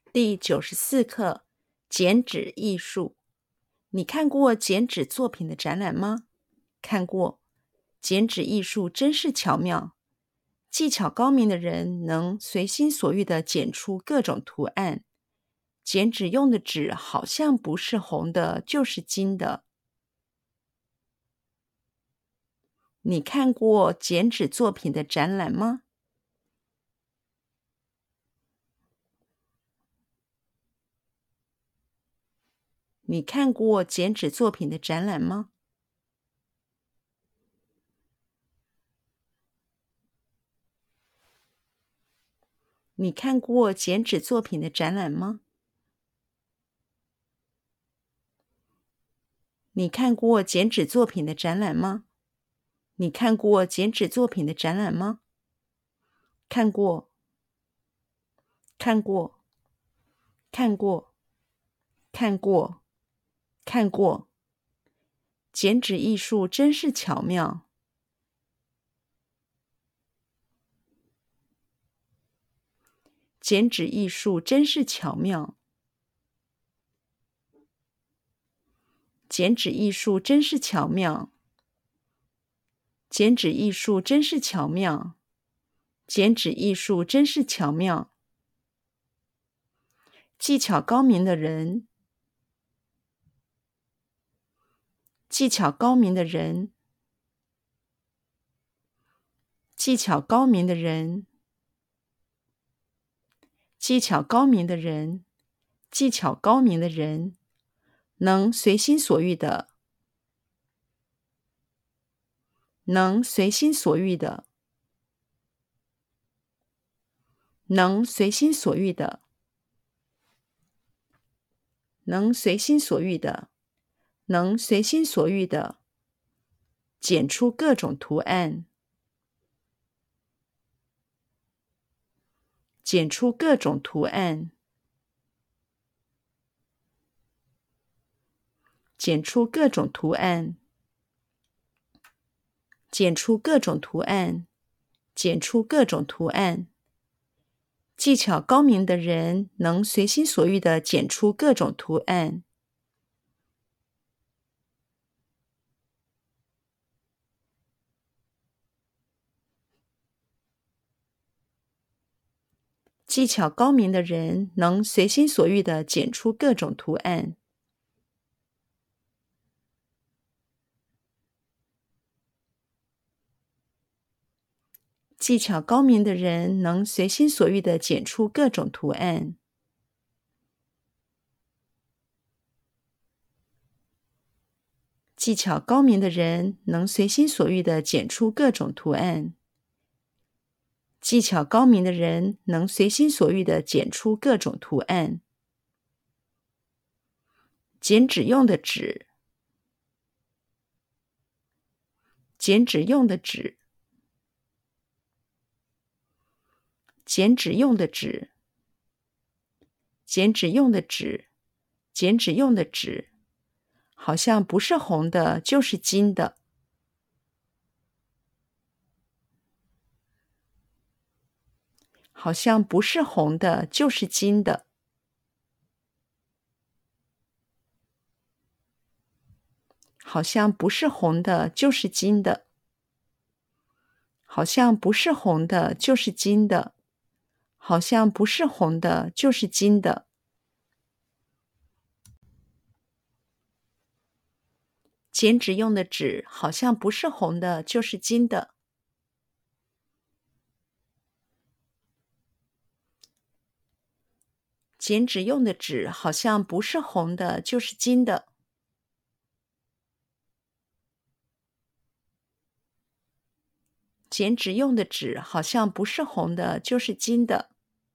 第94课剪纸艺术。你看过剪纸作品的展览吗？看过。剪纸艺术真是巧妙，技巧高明的人能随心所欲地剪出各种图案。剪纸用的纸好像不是红的，就是金的。你看过剪纸作品的展览吗？你看过剪纸作品的展览吗？你看过剪纸作品的展览吗？你看过剪纸作品的展览吗？你看过剪纸作品的展览吗？看过，看过，看过，看过，看过。剪纸艺术真是巧妙。剪纸艺术真是巧妙。剪纸艺术真是巧妙。剪纸艺术真是巧妙。剪纸艺术真是巧妙。技巧高明的人，技巧高明的人，技巧高明的人，技巧高明的人，技巧高明的人，能随心所欲的，能随心所欲的，能随心所欲的，能随心所欲的，能随心所欲的，剪出各种图案，剪出各种图案，剪出各种图案，剪出各种图案，剪出各种图案。技巧高明的人能随心所欲地剪出各种图案。技巧高明的人能随心所欲地剪出各种图案。技巧高明的人能随心所欲地剪出各种图案。技巧高明的人能随心所欲地剪出各种图案。技巧高明的人能随心所欲地剪出各种图案。剪纸用的纸，剪纸用的纸，剪纸用的纸，剪纸用的纸，剪纸用的纸，好像不是红的，就是金的。好像不是红的，就是金的。好像不是红的，就是金的。好像不是红的，就是金的。好像不是红的，就是金的。剪纸用的纸好像不是红的，就是金的。剪纸用的纸好像不是红的，就是金的。剪纸用的纸好像不是红的，就是金的。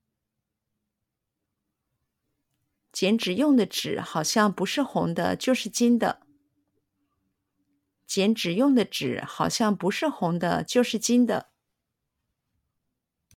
剪纸用的纸好像不是红的，就是金的。剪纸用的纸好像不是红的，就是金的。